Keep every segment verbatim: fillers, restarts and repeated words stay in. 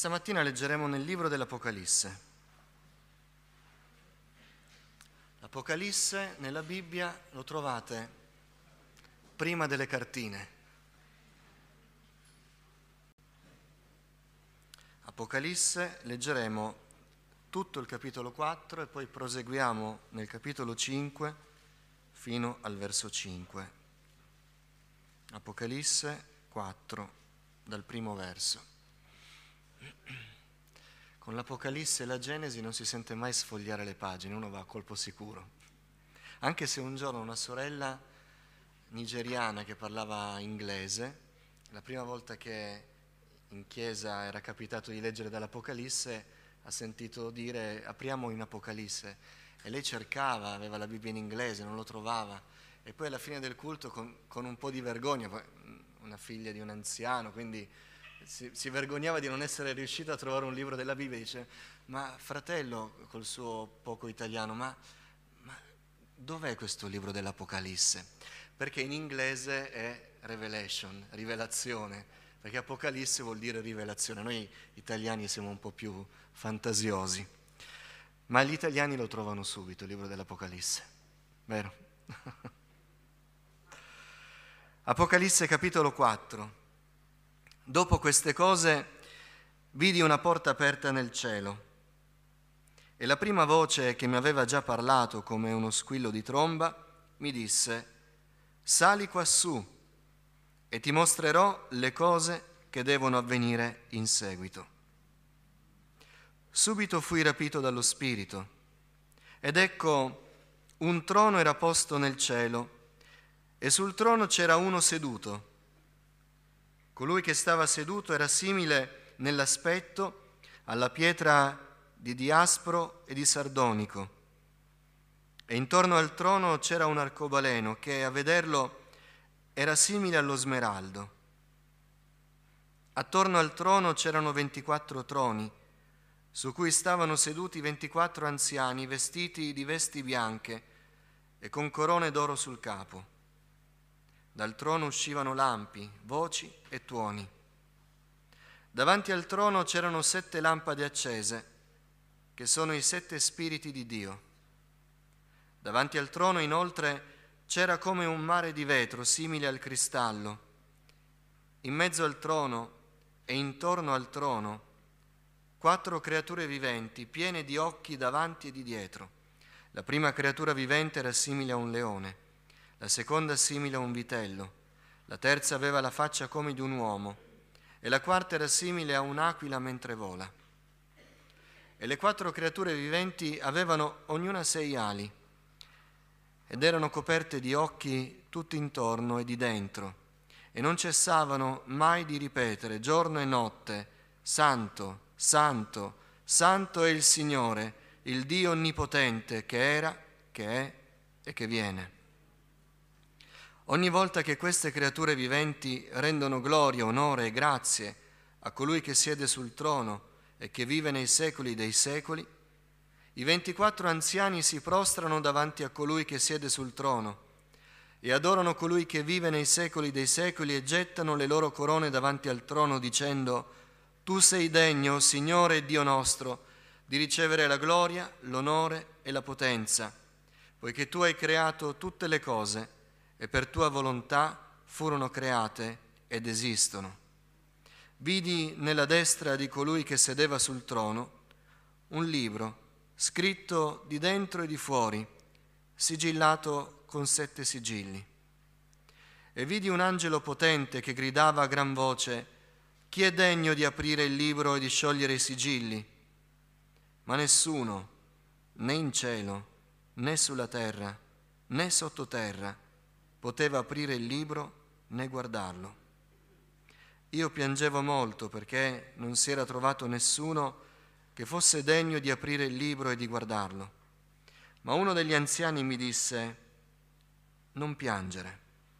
Questa mattina leggeremo nel libro dell'Apocalisse. L'Apocalisse nella Bibbia lo trovate prima delle cartine. Apocalisse leggeremo tutto il capitolo quattro e poi proseguiamo nel capitolo cinque fino al verso cinque. Apocalisse quattro, dal primo verso. Con l'Apocalisse e la Genesi non si sente mai sfogliare le pagine, uno va a colpo sicuro. Anche se un giorno una sorella nigeriana che parlava inglese, la prima volta che in chiesa era capitato di leggere dall'Apocalisse, ha sentito dire apriamo in Apocalisse, e lei cercava, aveva la Bibbia in inglese, non lo trovava, e poi alla fine del culto con, con un po' di vergogna, una figlia di un anziano, quindi Si, si vergognava di non essere riuscito a trovare un libro della Bibbia, dice, ma fratello, col suo poco italiano, ma, ma dov'è questo libro dell'Apocalisse? Perché in inglese è Revelation, rivelazione, perché Apocalisse vuol dire rivelazione, noi italiani siamo un po' più fantasiosi, ma gli italiani lo trovano subito, il libro dell'Apocalisse, vero? Apocalisse capitolo quattro. Dopo queste cose vidi una porta aperta nel cielo e la prima voce che mi aveva già parlato come uno squillo di tromba mi disse: sali quassù e ti mostrerò le cose che devono avvenire in seguito. Subito fui rapito dallo Spirito ed ecco un trono era posto nel cielo e sul trono c'era uno seduto. Colui che stava seduto era simile nell'aspetto alla pietra di diaspro e di sardonico. E intorno al trono c'era un arcobaleno che, a vederlo, era simile allo smeraldo. Attorno al trono c'erano ventiquattro troni, su cui stavano seduti ventiquattro anziani vestiti di vesti bianche e con corone d'oro sul capo. Dal trono uscivano lampi, voci e tuoni. Davanti al trono c'erano sette lampade accese, che sono i sette spiriti di Dio. Davanti al trono, inoltre, c'era come un mare di vetro, simile al cristallo. In mezzo al trono e intorno al trono, quattro creature viventi, piene di occhi davanti e di dietro. La prima creatura vivente era simile a un leone, la seconda simile a un vitello, la terza aveva la faccia come di un uomo e la quarta era simile a un'aquila mentre vola. E le quattro creature viventi avevano ognuna sei ali ed erano coperte di occhi tutto intorno e di dentro e non cessavano mai di ripetere giorno e notte: Santo, Santo, Santo è il Signore, il Dio onnipotente che era, che è e che viene. Ogni volta che queste creature viventi rendono gloria, onore e grazie a colui che siede sul trono e che vive nei secoli dei secoli, i ventiquattro anziani si prostrano davanti a colui che siede sul trono e adorano colui che vive nei secoli dei secoli e gettano le loro corone davanti al trono dicendo: Tu sei degno, Signore e Dio nostro, di ricevere la gloria, l'onore e la potenza, poiché tu hai creato tutte le cose e per tua volontà furono create ed esistono. Vidi nella destra di colui che sedeva sul trono un libro scritto di dentro e di fuori, sigillato con sette sigilli. E vidi un angelo potente che gridava a gran voce: chi è degno di aprire il libro e di sciogliere i sigilli? Ma nessuno, né in cielo, né sulla terra, né sottoterra, poteva aprire il libro né guardarlo. Io piangevo molto perché non si era trovato nessuno che fosse degno di aprire il libro e di guardarlo. Ma uno degli anziani mi disse: non piangere.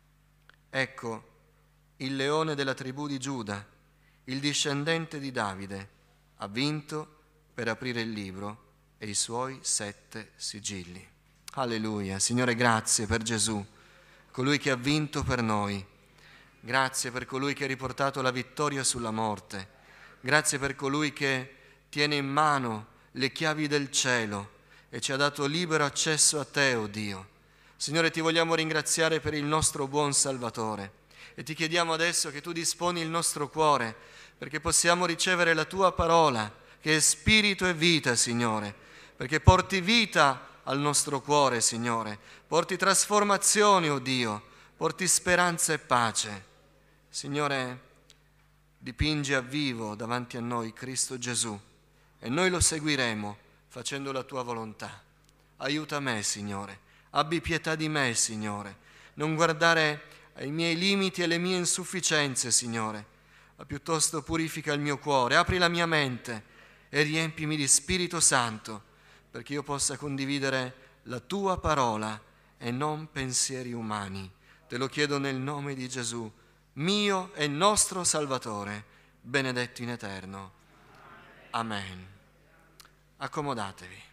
Ecco, il leone della tribù di Giuda, il discendente di Davide, ha vinto per aprire il libro e i suoi sette sigilli. Alleluia. Signore, grazie per Gesù, colui che ha vinto per noi. Grazie per colui che ha riportato la vittoria sulla morte. Grazie per colui che tiene in mano le chiavi del cielo e ci ha dato libero accesso a te, o Dio. Signore, ti vogliamo ringraziare per il nostro buon Salvatore e ti chiediamo adesso che tu disponi il nostro cuore perché possiamo ricevere la tua parola, che è spirito e vita, Signore, perché porti vita al nostro cuore, Signore, porti trasformazione, o Dio, porti speranza e pace. Signore, dipingi a vivo davanti a noi Cristo Gesù e noi lo seguiremo facendo la tua volontà. Aiuta me, Signore, abbi pietà di me, Signore, non guardare ai miei limiti e alle mie insufficienze, Signore, ma piuttosto purifica il mio cuore, apri la mia mente e riempimi di Spirito Santo, perché io possa condividere la tua parola e non pensieri umani. Te lo chiedo nel nome di Gesù, mio e nostro Salvatore, benedetto in eterno. Amen. Accomodatevi.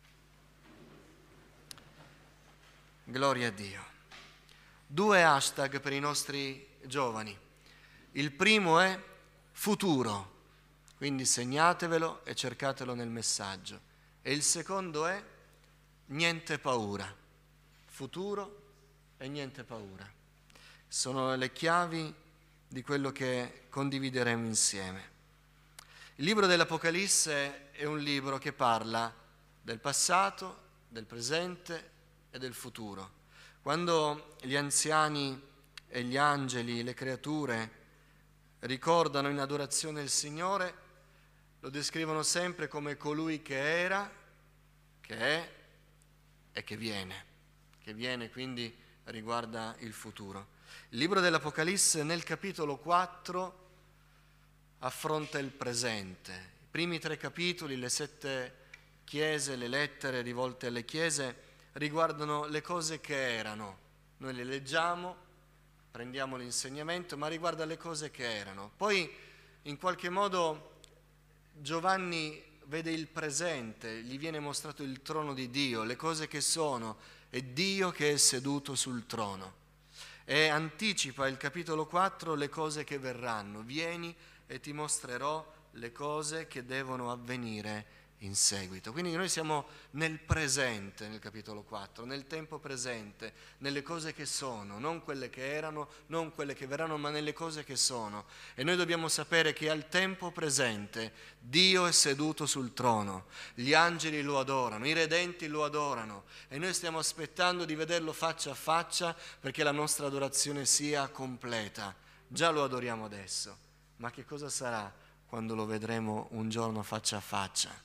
Gloria a Dio. Due hashtag per i nostri giovani. Il primo è futuro, quindi segnatevelo e cercatelo nel messaggio. E il secondo è niente paura. Futuro e niente paura. Sono le chiavi di quello che condivideremo insieme. Il libro dell'Apocalisse è un libro che parla del passato, del presente e del futuro. Quando gli anziani e gli angeli, le creature, ricordano in adorazione il Signore, lo descrivono sempre come colui che era, che è e che viene. Che viene quindi riguarda il futuro. Il libro dell'Apocalisse nel capitolo quattro affronta il presente. I primi tre capitoli, le sette chiese, le lettere rivolte alle chiese, riguardano le cose che erano. Noi le leggiamo, prendiamo l'insegnamento, ma riguarda le cose che erano. Poi in qualche modo Giovanni vede il presente, gli viene mostrato il trono di Dio, le cose che sono, e Dio che è seduto sul trono. E anticipa il capitolo quattro le cose che verranno. Vieni e ti mostrerò le cose che devono avvenire in seguito. Quindi noi siamo nel presente, nel capitolo quattro, nel tempo presente, nelle cose che sono, non quelle che erano, non quelle che verranno, ma nelle cose che sono. E noi dobbiamo sapere che al tempo presente Dio è seduto sul trono, gli angeli lo adorano, i redenti lo adorano e noi stiamo aspettando di vederlo faccia a faccia perché la nostra adorazione sia completa. Già lo adoriamo adesso, ma che cosa sarà quando lo vedremo un giorno faccia a faccia?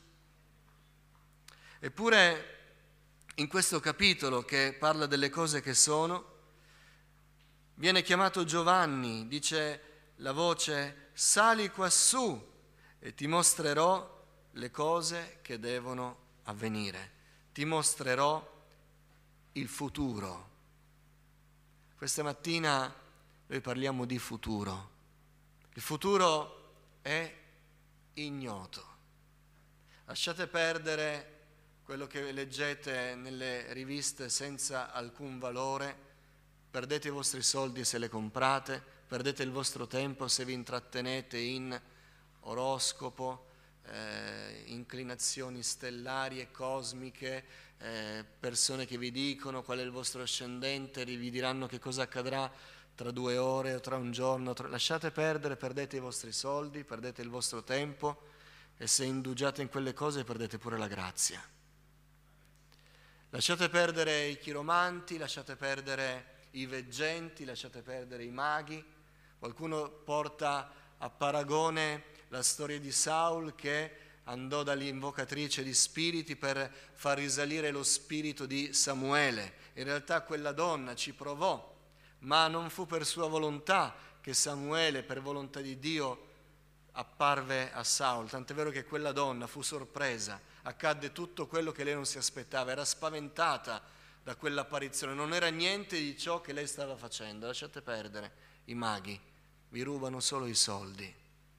Eppure in questo capitolo che parla delle cose che sono, viene chiamato Giovanni, dice la voce, sali quassù e ti mostrerò le cose che devono avvenire, ti mostrerò il futuro. Questa mattina noi parliamo di futuro. Il futuro è ignoto. Lasciate perdere quello che leggete nelle riviste senza alcun valore, perdete i vostri soldi se le comprate, perdete il vostro tempo se vi intrattenete in oroscopo, eh, inclinazioni stellari e cosmiche, eh, persone che vi dicono qual è il vostro ascendente, vi diranno che cosa accadrà tra due ore o tra un giorno. Tra... Lasciate perdere, perdete i vostri soldi, perdete il vostro tempo e se indugiate in quelle cose perdete pure la grazia. Lasciate perdere i chiromanti, lasciate perdere i veggenti, lasciate perdere i maghi. Qualcuno porta a paragone la storia di Saul che andò dall'invocatrice di spiriti per far risalire lo spirito di Samuele. In realtà quella donna ci provò, ma non fu per sua volontà che Samuele, per volontà di Dio, apparve a Saul, tant'è vero che quella donna fu sorpresa, accadde tutto quello che lei non si aspettava, era spaventata da quell'apparizione, non era niente di ciò che lei stava facendo. Lasciate perdere i maghi, vi rubano solo i soldi.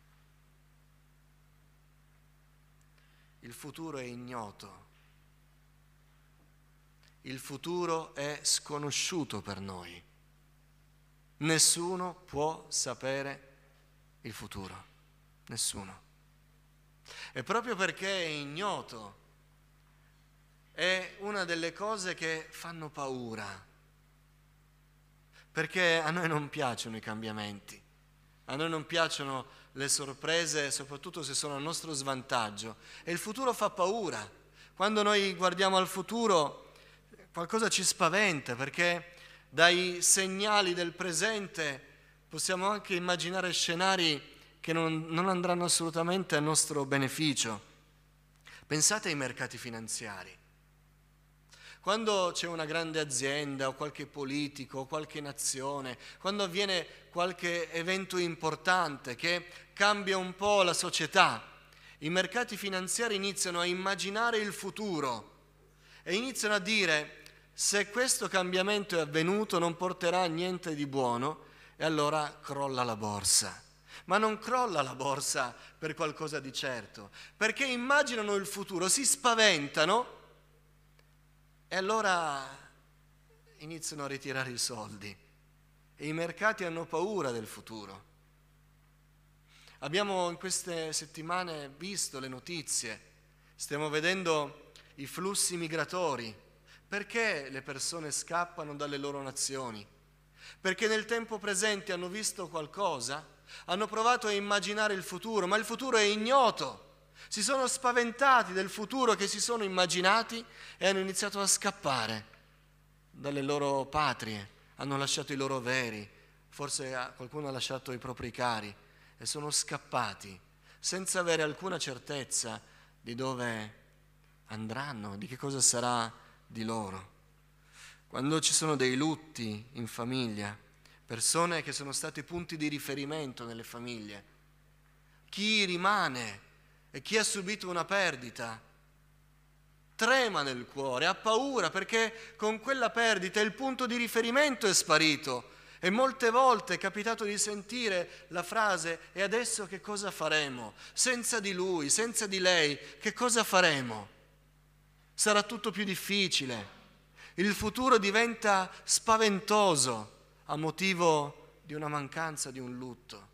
Il futuro è ignoto, il futuro è sconosciuto per noi, nessuno può sapere il futuro. Nessuno. E proprio perché è ignoto, è una delle cose che fanno paura. Perché a noi non piacciono i cambiamenti, a noi non piacciono le sorprese, soprattutto se sono a nostro svantaggio. E il futuro fa paura. Quando noi guardiamo al futuro, qualcosa ci spaventa, perché dai segnali del presente possiamo anche immaginare scenari che non, non andranno assolutamente a nostro beneficio. Pensate ai mercati finanziari. Quando c'è una grande azienda o qualche politico o qualche nazione, quando avviene qualche evento importante che cambia un po' la società, i mercati finanziari iniziano a immaginare il futuro e iniziano a dire: se questo cambiamento è avvenuto non porterà a niente di buono, e allora crolla la borsa. Ma non crolla la borsa per qualcosa di certo, perché immaginano il futuro, si spaventano e allora iniziano a ritirare i soldi e i mercati hanno paura del futuro. Abbiamo in queste settimane visto le notizie, stiamo vedendo i flussi migratori. Perché le persone scappano dalle loro nazioni? Perché nel tempo presente hanno visto qualcosa, hanno provato a immaginare il futuro, ma il futuro è ignoto. Si sono spaventati del futuro che si sono immaginati e hanno iniziato a scappare dalle loro patrie, hanno lasciato i loro averi, forse qualcuno ha lasciato i propri cari e sono scappati senza avere alcuna certezza di dove andranno, di che cosa sarà di loro. Quando ci sono dei lutti in famiglia, persone che sono state punti di riferimento nelle famiglie, chi rimane e chi ha subito una perdita trema nel cuore, ha paura perché con quella perdita il punto di riferimento è sparito e molte volte è capitato di sentire la frase: e adesso che cosa faremo? Senza di lui, senza di lei, che cosa faremo? Sarà tutto più difficile. Il futuro diventa spaventoso a motivo di una mancanza, di un lutto.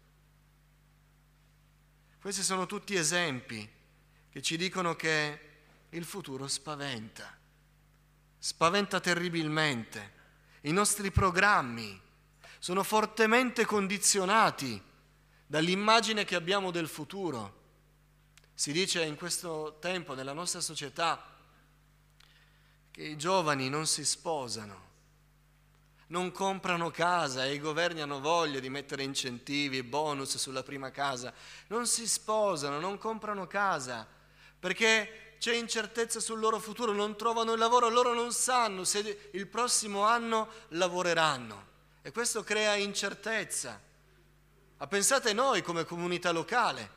Questi sono tutti esempi che ci dicono che il futuro spaventa, spaventa terribilmente. I nostri programmi sono fortemente condizionati dall'immagine che abbiamo del futuro. Si dice in questo tempo, nella nostra società, che i giovani non si sposano, non comprano casa e i governi hanno voglia di mettere incentivi, bonus sulla prima casa. Non si sposano, non comprano casa perché c'è incertezza sul loro futuro, non trovano il lavoro, loro non sanno se il prossimo anno lavoreranno e questo crea incertezza. Ma pensate noi come comunità locale,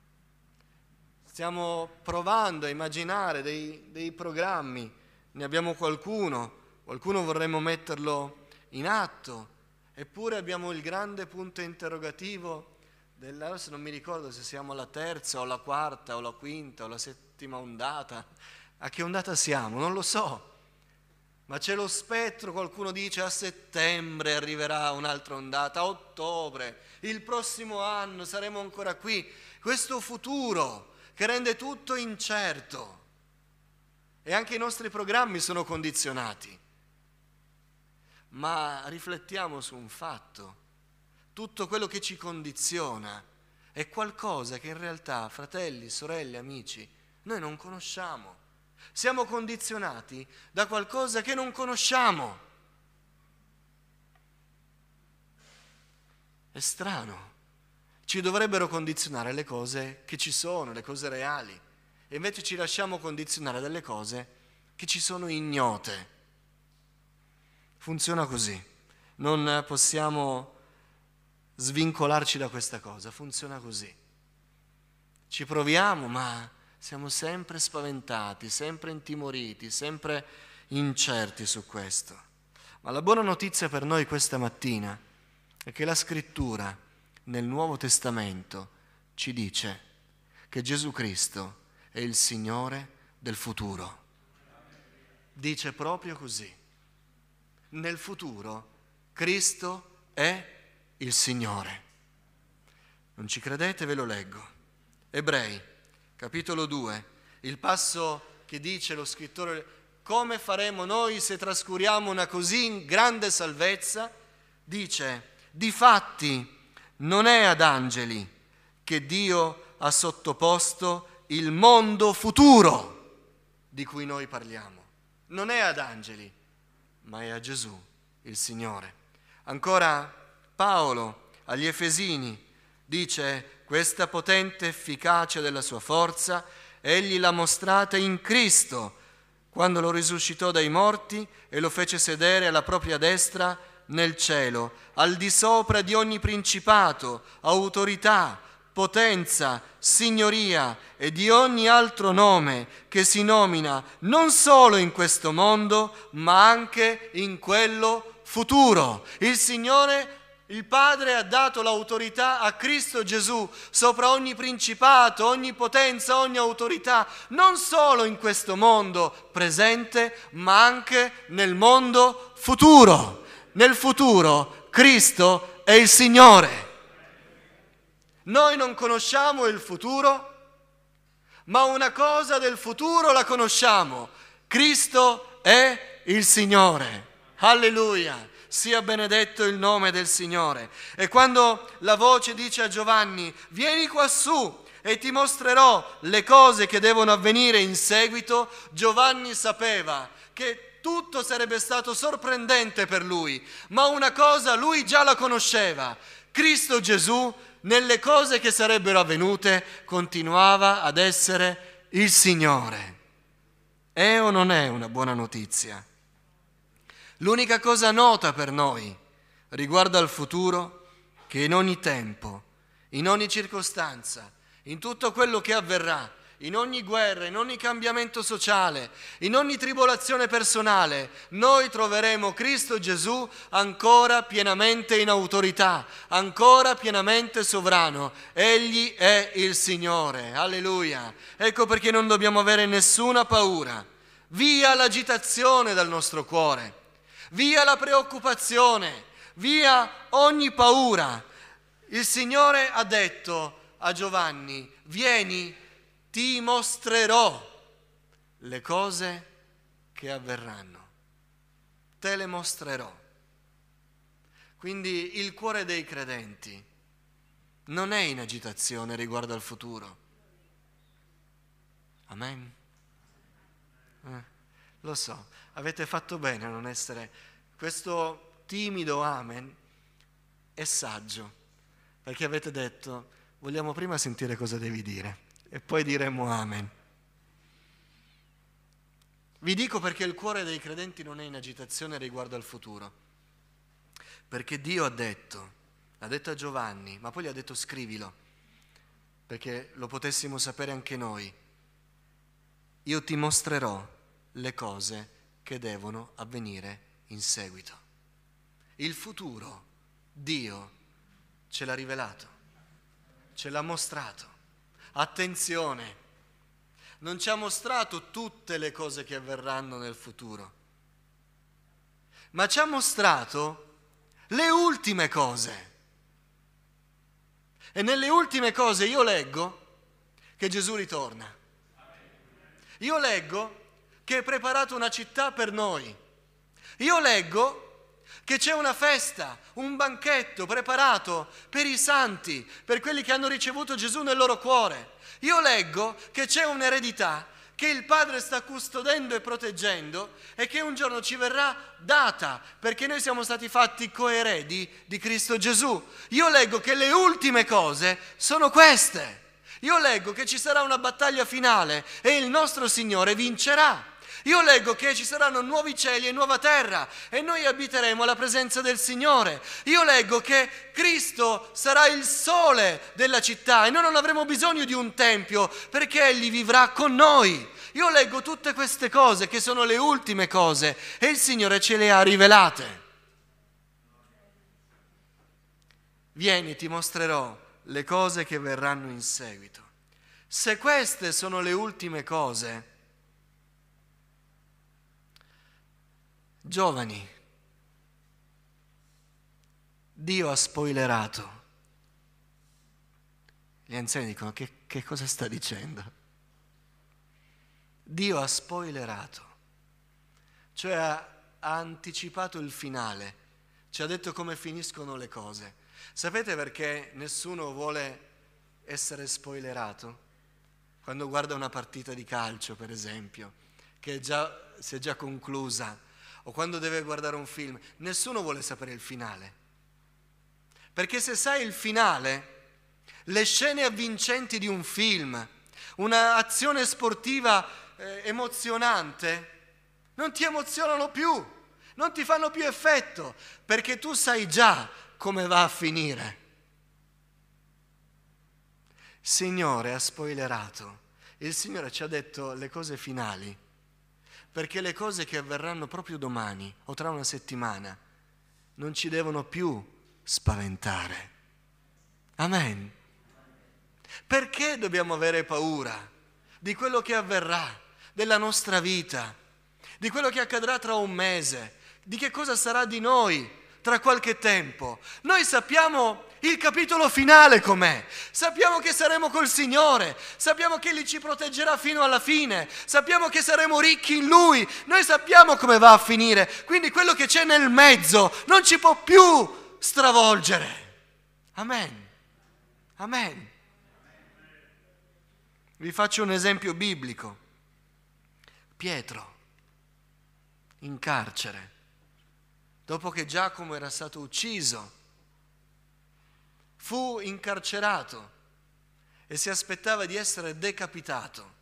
stiamo provando a immaginare dei, dei programmi, ne abbiamo qualcuno, qualcuno vorremmo metterlo in atto, eppure abbiamo il grande punto interrogativo della, adesso non mi ricordo se siamo alla terza o alla quarta o la quinta o la settima ondata, a che ondata siamo? Non lo so, ma c'è lo spettro, qualcuno dice a settembre arriverà un'altra ondata, a ottobre, il prossimo anno saremo ancora qui, questo futuro che rende tutto incerto e anche i nostri programmi sono condizionati. Ma riflettiamo su un fatto: tutto quello che ci condiziona è qualcosa che in realtà, fratelli, sorelle, amici, noi non conosciamo. Siamo condizionati da qualcosa che non conosciamo. È strano. Ci dovrebbero condizionare le cose che ci sono, le cose reali, e invece ci lasciamo condizionare dalle cose che ci sono ignote. Funziona così, non possiamo svincolarci da questa cosa, funziona così. Ci proviamo, ma siamo sempre spaventati, sempre intimoriti, sempre incerti su questo. Ma la buona notizia per noi questa mattina è che la Scrittura nel Nuovo Testamento ci dice che Gesù Cristo è il Signore del futuro. Dice proprio così. Nel futuro Cristo è il Signore. Non ci credete? Ve lo leggo. Ebrei, capitolo due, il passo che dice lo scrittore: come faremo noi se trascuriamo una così grande salvezza? Dice: difatti non è ad angeli che Dio ha sottoposto il mondo futuro di cui noi parliamo. Non è ad angeli, ma è a Gesù, il Signore. Ancora Paolo agli Efesini dice: questa potente efficacia della sua forza egli l'ha mostrata in Cristo, quando lo risuscitò dai morti e lo fece sedere alla propria destra nel cielo, al di sopra di ogni principato, autorità, potenza, signoria e di ogni altro nome che si nomina non solo in questo mondo, ma anche in quello futuro. Il Signore, il Padre, ha dato l'autorità a Cristo Gesù sopra ogni principato, ogni potenza, ogni autorità, non solo in questo mondo presente, ma anche nel mondo futuro. Nel futuro Cristo è il Signore. Noi non conosciamo il futuro, ma una cosa del futuro la conosciamo: Cristo è il Signore. Alleluia! Sia benedetto il nome del Signore. E quando la voce dice a Giovanni: vieni quassù e ti mostrerò le cose che devono avvenire in seguito, Giovanni sapeva che tutto sarebbe stato sorprendente per lui, ma una cosa lui già la conosceva: Cristo Gesù, nelle cose che sarebbero avvenute, continuava ad essere il Signore. È o non è una buona notizia? L'unica cosa nota per noi riguardo al futuro è che in ogni tempo, in ogni circostanza, in tutto quello che avverrà, in ogni guerra, in ogni cambiamento sociale, in ogni tribolazione personale, noi troveremo Cristo Gesù ancora pienamente in autorità, ancora pienamente sovrano. Egli è il Signore. Alleluia. Ecco perché non dobbiamo avere nessuna paura. Via l'agitazione dal nostro cuore, via la preoccupazione, via ogni paura. Il Signore ha detto a Giovanni: vieni, ti mostrerò le cose che avverranno. Te le mostrerò. Quindi il cuore dei credenti non è in agitazione riguardo al futuro. Amen? Eh, lo so, avete fatto bene a non essere... Questo timido amen è saggio, perché avete detto: vogliamo prima sentire cosa devi dire e poi diremo amen. Vi dico perché il cuore dei credenti non è in agitazione riguardo al futuro. Perché Dio ha detto, ha detto a Giovanni, ma poi gli ha detto: scrivilo, perché lo potessimo sapere anche noi: io ti mostrerò le cose che devono avvenire in seguito. Il futuro Dio ce l'ha rivelato, ce l'ha mostrato. Attenzione, non ci ha mostrato tutte le cose che avverranno nel futuro, ma ci ha mostrato le ultime cose. E nelle ultime cose io leggo che Gesù ritorna. Io leggo che è preparata una città per noi. Io leggo che c'è una festa, un banchetto preparato per i santi, per quelli che hanno ricevuto Gesù nel loro cuore. Io leggo che c'è un'eredità che il Padre sta custodendo e proteggendo e che un giorno ci verrà data, perché noi siamo stati fatti coeredi di Cristo Gesù. Io leggo che le ultime cose sono queste. Io leggo che ci sarà una battaglia finale e il nostro Signore vincerà. Io leggo che ci saranno nuovi cieli e nuova terra e noi abiteremo alla presenza del Signore. Io leggo che Cristo sarà il sole della città e noi non avremo bisogno di un tempio, perché Egli vivrà con noi. Io leggo tutte queste cose che sono le ultime cose e il Signore ce le ha rivelate. Vieni, ti mostrerò le cose che verranno in seguito. Se queste sono le ultime cose, giovani, Dio ha spoilerato. Gli anziani dicono: che, che cosa sta dicendo? Dio ha spoilerato, cioè ha, ha anticipato il finale, ci ha detto come finiscono le cose. Sapete perché nessuno vuole essere spoilerato? Quando guarda una partita di calcio, per esempio, che è già, si è già conclusa, o quando deve guardare un film, nessuno vuole sapere il finale. Perché se sai il finale, le scene avvincenti di un film, un'azione sportiva eh, emozionante, non ti emozionano più, non ti fanno più effetto, perché tu sai già come va a finire. Il Signore ha spoilerato, il Signore ci ha detto le cose finali, perché le cose che avverranno proprio domani o tra una settimana non ci devono più spaventare. Amen. Perché dobbiamo avere paura di quello che avverrà, della nostra vita, di quello che accadrà tra un mese, di che cosa sarà di noi tra qualche tempo? Noi sappiamo il capitolo finale com'è, sappiamo che saremo col Signore, sappiamo che Egli ci proteggerà fino alla fine, sappiamo che saremo ricchi in Lui, noi sappiamo come va a finire, quindi quello che c'è nel mezzo non ci può più stravolgere. Amen. Amen. Vi faccio un esempio biblico. Pietro, in carcere, dopo che Giacomo era stato ucciso, fu incarcerato e si aspettava di essere decapitato.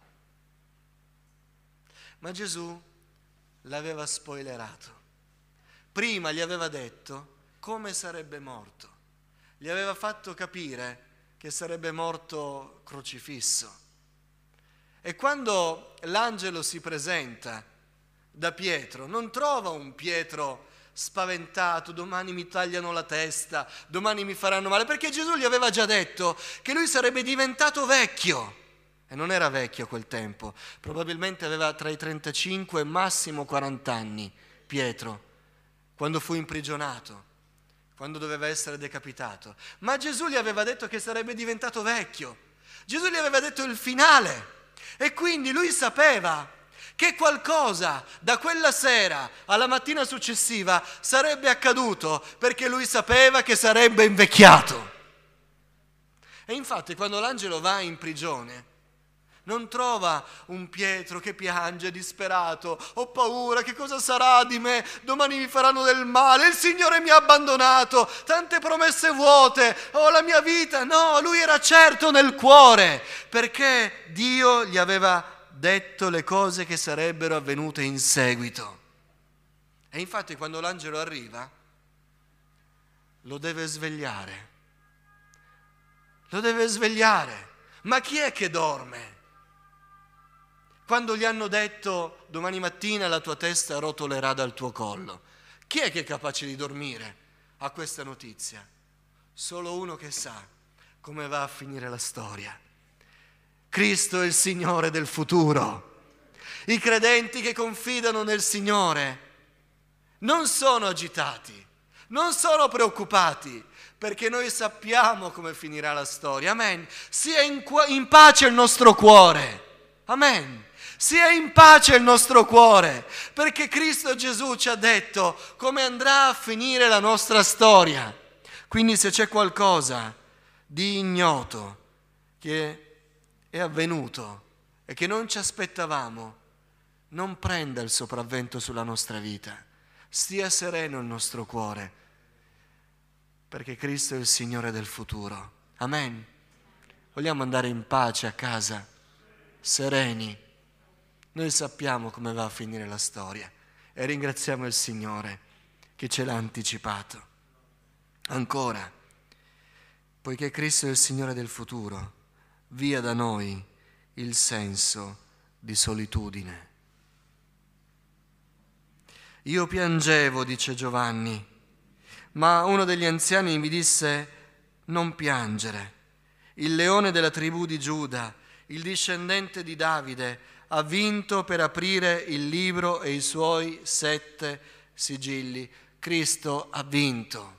Ma Gesù l'aveva spoilerato. Prima gli aveva detto come sarebbe morto. Gli aveva fatto capire che sarebbe morto crocifisso. E quando l'angelo si presenta da Pietro, non trova un Pietro spaventato, domani mi tagliano la testa, domani mi faranno male, perché Gesù gli aveva già detto che lui sarebbe diventato vecchio. E non era vecchio a quel tempo, probabilmente aveva tra i trentacinque e massimo quaranta anni, Pietro, quando fu imprigionato, quando doveva essere decapitato. Ma Gesù gli aveva detto che sarebbe diventato vecchio. Gesù gli aveva detto il finale. E quindi lui sapeva che qualcosa da quella sera alla mattina successiva sarebbe accaduto, perché lui sapeva che sarebbe invecchiato. E infatti quando l'angelo va in prigione non trova un Pietro che piange disperato, ho paura, che cosa sarà di me, domani mi faranno del male, il Signore mi ha abbandonato, tante promesse vuote, oh la mia vita. No, lui era certo nel cuore, perché Dio gli aveva detto le cose che sarebbero avvenute in seguito. E infatti quando l'angelo arriva lo deve svegliare, lo deve svegliare. Ma chi è che dorme? Quando gli hanno detto domani mattina la tua testa rotolerà dal tuo collo, chi è che è capace di dormire a questa notizia? Solo uno che sa come va a finire la storia. Cristo è il Signore del futuro. I credenti che confidano nel Signore non sono agitati, non sono preoccupati, perché noi sappiamo come finirà la storia. Amen. Sia in, in pace il nostro cuore. Amen. Sia in pace il nostro cuore, perché Cristo Gesù ci ha detto come andrà a finire la nostra storia. Quindi se c'è qualcosa di ignoto che è avvenuto e che non ci aspettavamo, non prenda il sopravvento sulla nostra vita. Stia sereno il nostro cuore, perché Cristo è il Signore del futuro. Amen. Vogliamo andare in pace a casa, sereni. Noi sappiamo come va a finire la storia e ringraziamo il Signore che ce l'ha anticipato. Ancora, poiché Cristo è il Signore del futuro, via da noi il senso di solitudine. Io piangevo, dice Giovanni, ma uno degli anziani mi disse: non piangere. Il leone della tribù di Giuda, il discendente di Davide, ha vinto per aprire il libro e i suoi sette sigilli. Cristo ha vinto.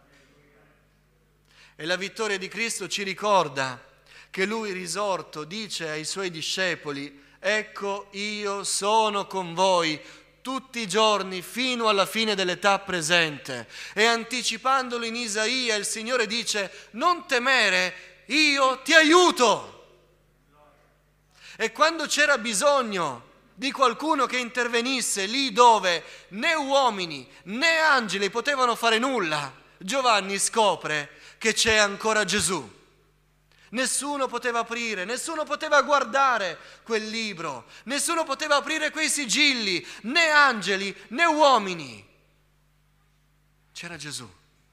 E la vittoria di Cristo ci ricorda che Lui risorto dice ai Suoi discepoli: ecco io sono con voi tutti i giorni fino alla fine dell'età presente. E anticipandolo in Isaia, il Signore dice: non temere, io ti aiuto. E quando c'era bisogno di qualcuno che intervenisse lì dove né uomini né angeli potevano fare nulla, Giovanni scopre che c'è ancora Gesù. Nessuno poteva aprire, nessuno poteva guardare quel libro, nessuno poteva aprire quei sigilli, né angeli né uomini. C'era Gesù.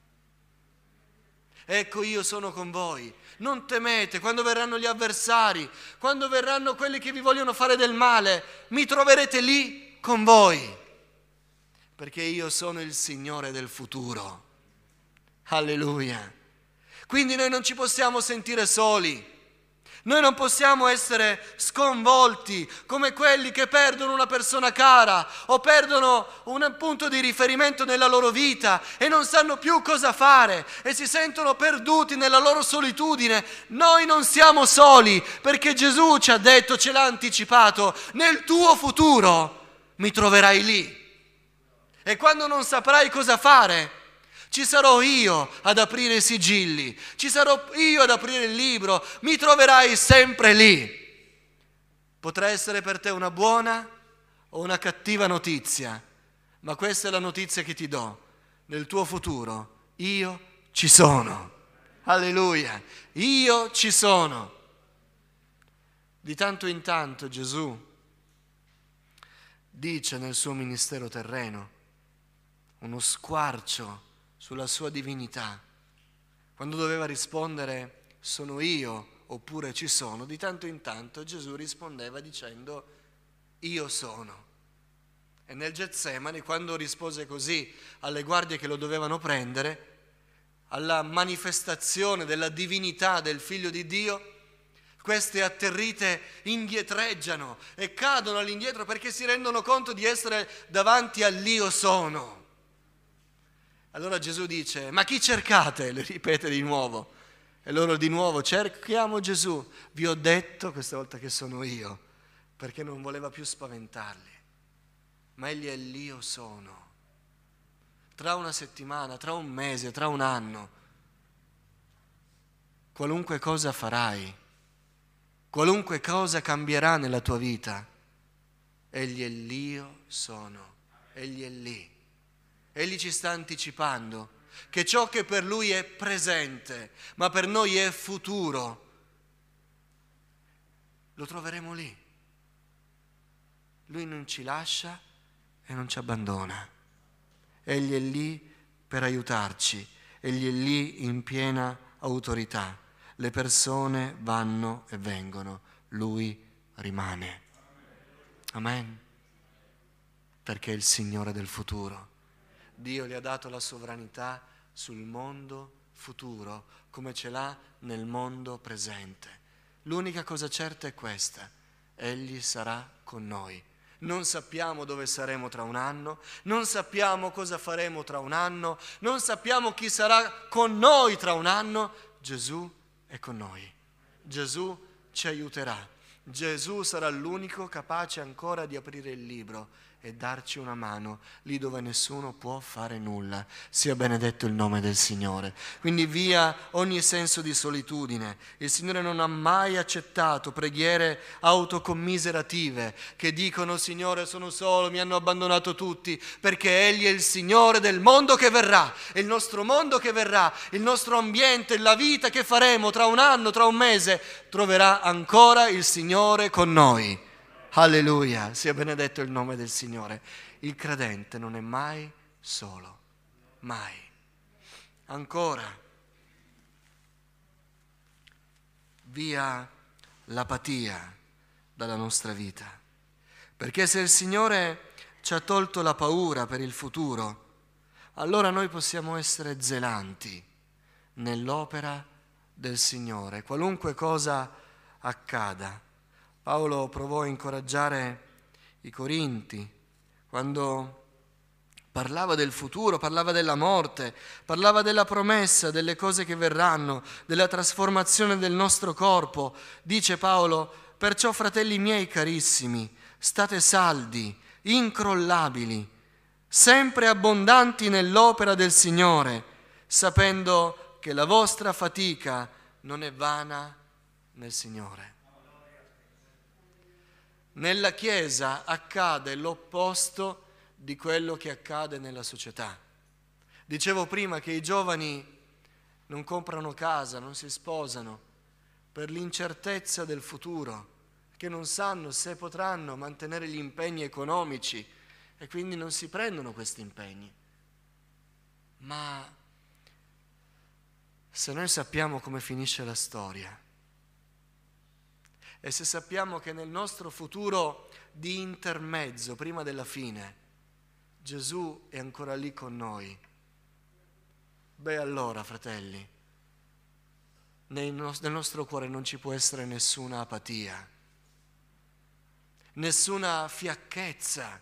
Ecco io sono con voi, non temete, quando verranno gli avversari, quando verranno quelli che vi vogliono fare del male, mi troverete lì con voi, perché io sono il Signore del futuro. Alleluia. Quindi noi non ci possiamo sentire soli, noi non possiamo essere sconvolti come quelli che perdono una persona cara o perdono un punto di riferimento nella loro vita e non sanno più cosa fare e si sentono perduti nella loro solitudine. Noi non siamo soli, perché Gesù ci ha detto, ce l'ha anticipato: nel tuo futuro mi troverai lì. E quando non saprai cosa fare, ci sarò io ad aprire i sigilli, ci sarò io ad aprire il libro, mi troverai sempre lì. Potrà essere per te una buona o una cattiva notizia, ma questa è la notizia che ti do: nel tuo futuro io ci sono. Alleluia, io ci sono. Di tanto in tanto Gesù dice nel suo ministero terreno uno squarcio sulla sua divinità. Quando doveva rispondere sono io oppure ci sono, di tanto in tanto Gesù rispondeva dicendo io sono. E nel Getsemani, quando rispose così alle guardie che lo dovevano prendere, alla manifestazione della divinità del Figlio di Dio, queste atterrite indietreggiano e cadono all'indietro perché si rendono conto di essere davanti all'io sono. Allora Gesù dice: ma chi cercate? Le ripete di nuovo. E loro di nuovo: cerchiamo Gesù. Vi ho detto questa volta che sono io, perché non voleva più spaventarli. Ma egli è l'io sono. Tra una settimana, tra un mese, tra un anno, qualunque cosa farai, qualunque cosa cambierà nella tua vita, egli è l'io sono. Egli è lì. Egli ci sta anticipando che ciò che per lui è presente, ma per noi è futuro, lo troveremo lì. Lui non ci lascia e non ci abbandona. Egli è lì per aiutarci, egli è lì in piena autorità. Le persone vanno e vengono, lui rimane. Amen. Perché è il Signore del futuro. Dio gli ha dato la sovranità sul mondo futuro, come ce l'ha nel mondo presente. L'unica cosa certa è questa: egli sarà con noi. Non sappiamo dove saremo tra un anno, non sappiamo cosa faremo tra un anno, non sappiamo chi sarà con noi tra un anno. Gesù è con noi. Gesù ci aiuterà. Gesù sarà l'unico capace ancora di aprire il libro e darci una mano lì dove nessuno può fare nulla. Sia benedetto il nome del Signore. Quindi via ogni senso di solitudine. Il Signore non ha mai accettato preghiere autocommiserative che dicono: Signore, sono solo, mi hanno abbandonato tutti, perché Egli è il Signore del mondo che verrà. E il nostro mondo che verrà, il nostro ambiente, la vita che faremo tra un anno, tra un mese, troverà ancora il Signore con noi. Alleluia, sia benedetto il nome del Signore. Il credente non è mai solo, mai. Ancora, via l'apatia dalla nostra vita, perché se il Signore ci ha tolto la paura per il futuro, allora noi possiamo essere zelanti nell'opera del Signore, qualunque cosa accada. Paolo provò a incoraggiare i Corinti quando parlava del futuro, parlava della morte, parlava della promessa, delle cose che verranno, della trasformazione del nostro corpo. Dice Paolo: Perciò, fratelli miei carissimi, state saldi, incrollabili, sempre abbondanti nell'opera del Signore, sapendo che la vostra fatica non è vana nel Signore. Nella Chiesa accade l'opposto di quello che accade nella società. Dicevo prima che i giovani non comprano casa, non si sposano per l'incertezza del futuro, che non sanno se potranno mantenere gli impegni economici e quindi non si prendono questi impegni. Ma se noi sappiamo come finisce la storia e se sappiamo che nel nostro futuro di intermezzo, prima della fine, Gesù è ancora lì con noi, beh allora, fratelli, nel nostro cuore non ci può essere nessuna apatia, nessuna fiacchezza,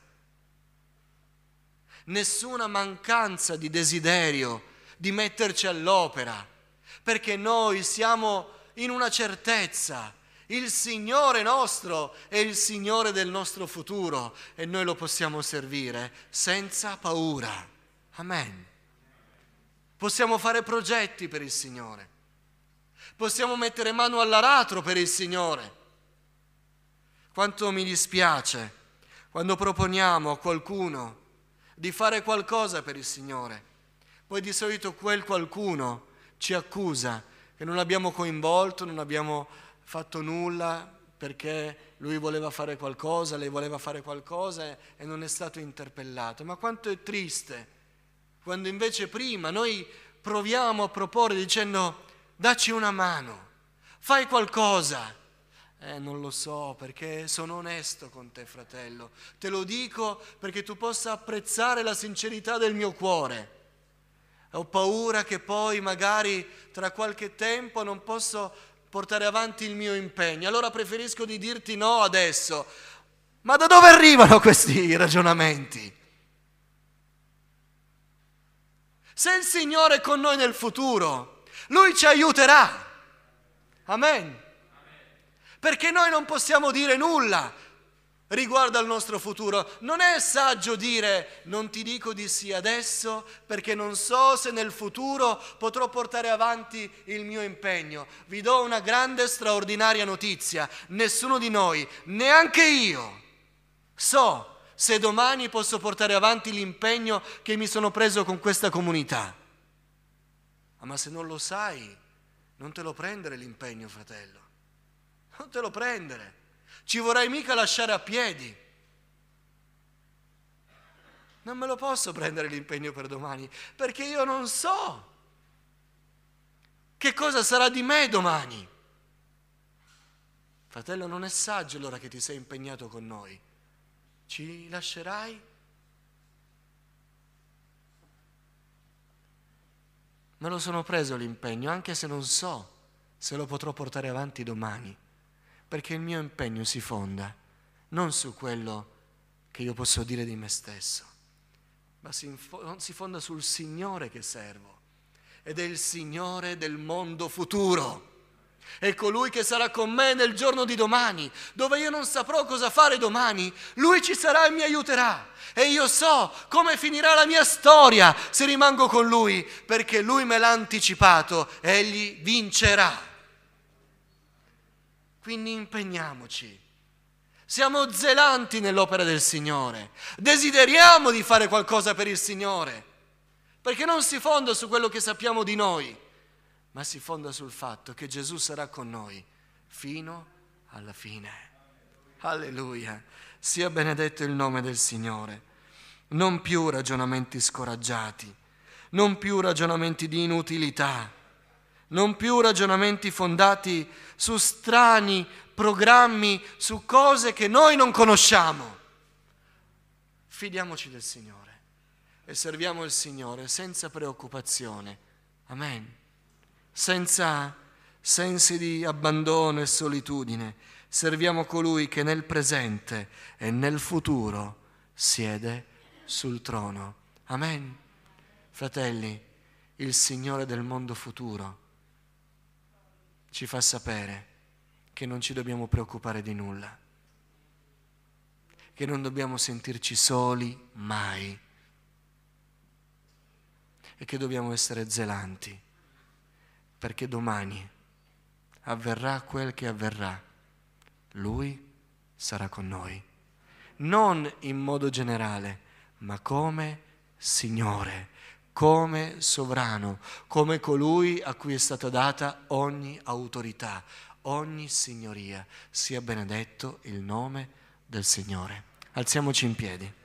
nessuna mancanza di desiderio di metterci all'opera, perché noi siamo in una certezza: il Signore nostro è il Signore del nostro futuro e noi lo possiamo servire senza paura. Amen. Possiamo fare progetti per il Signore, possiamo mettere mano all'aratro per il Signore. Quanto mi dispiace quando proponiamo a qualcuno di fare qualcosa per il Signore, poi di solito quel qualcuno ci accusa che non abbiamo coinvolto, non abbiamo fatto nulla perché lui voleva fare qualcosa, lei voleva fare qualcosa e non è stato interpellato. Ma quanto è triste quando invece prima noi proviamo a proporre dicendo: dacci una mano, fai qualcosa. Eh, non lo so, perché sono onesto con te, fratello. Te lo dico perché tu possa apprezzare la sincerità del mio cuore. Ho paura che poi magari tra qualche tempo non posso portare avanti il mio impegno. Allora preferisco di dirti no adesso. Ma da dove arrivano questi ragionamenti? Se il Signore è con noi nel futuro, Lui ci aiuterà. Amen. Perché noi non possiamo dire nulla riguardo al nostro futuro. Non è saggio dire: non ti dico di sì adesso perché non so se nel futuro potrò portare avanti il mio impegno. Vi do una grande, straordinaria notizia: nessuno di noi, neanche io, so se domani posso portare avanti l'impegno che mi sono preso con questa comunità. Ah, ma se non lo sai, non te lo prendere l'impegno, fratello. Non te lo prendere, ci vorrai mica lasciare a piedi. Non me lo posso prendere l'impegno per domani, perché io non so che cosa sarà di me domani. Fratello, non è saggio allora che ti sei impegnato con noi. Ci lascerai? Me lo sono preso l'impegno, anche se non so se lo potrò portare avanti domani. Perché il mio impegno si fonda non su quello che io posso dire di me stesso, ma si, info- si fonda sul Signore che servo, ed è il Signore del mondo futuro. È colui che sarà con me nel giorno di domani, dove io non saprò cosa fare domani. Lui ci sarà e mi aiuterà, e io so come finirà la mia storia se rimango con Lui, perché Lui me l'ha anticipato. Egli vincerà. Quindi impegniamoci, siamo zelanti nell'opera del Signore, desideriamo di fare qualcosa per il Signore, perché non si fonda su quello che sappiamo di noi, ma si fonda sul fatto che Gesù sarà con noi fino alla fine. Alleluia, sia benedetto il nome del Signore. Non più ragionamenti scoraggiati, non più ragionamenti di inutilità, non più ragionamenti fondati su strani programmi, su cose che noi non conosciamo. Fidiamoci del Signore e serviamo il Signore senza preoccupazione. Amen. Senza sensi di abbandono e solitudine. Serviamo colui che nel presente e nel futuro siede sul trono. Amen. Fratelli, il Signore del mondo futuro ci fa sapere che non ci dobbiamo preoccupare di nulla, che non dobbiamo sentirci soli mai e che dobbiamo essere zelanti, perché domani avverrà quel che avverrà, Lui sarà con noi, non in modo generale, ma come Signore, come sovrano, come colui a cui è stata data ogni autorità, ogni signoria. Sia benedetto il nome del Signore. Alziamoci in piedi.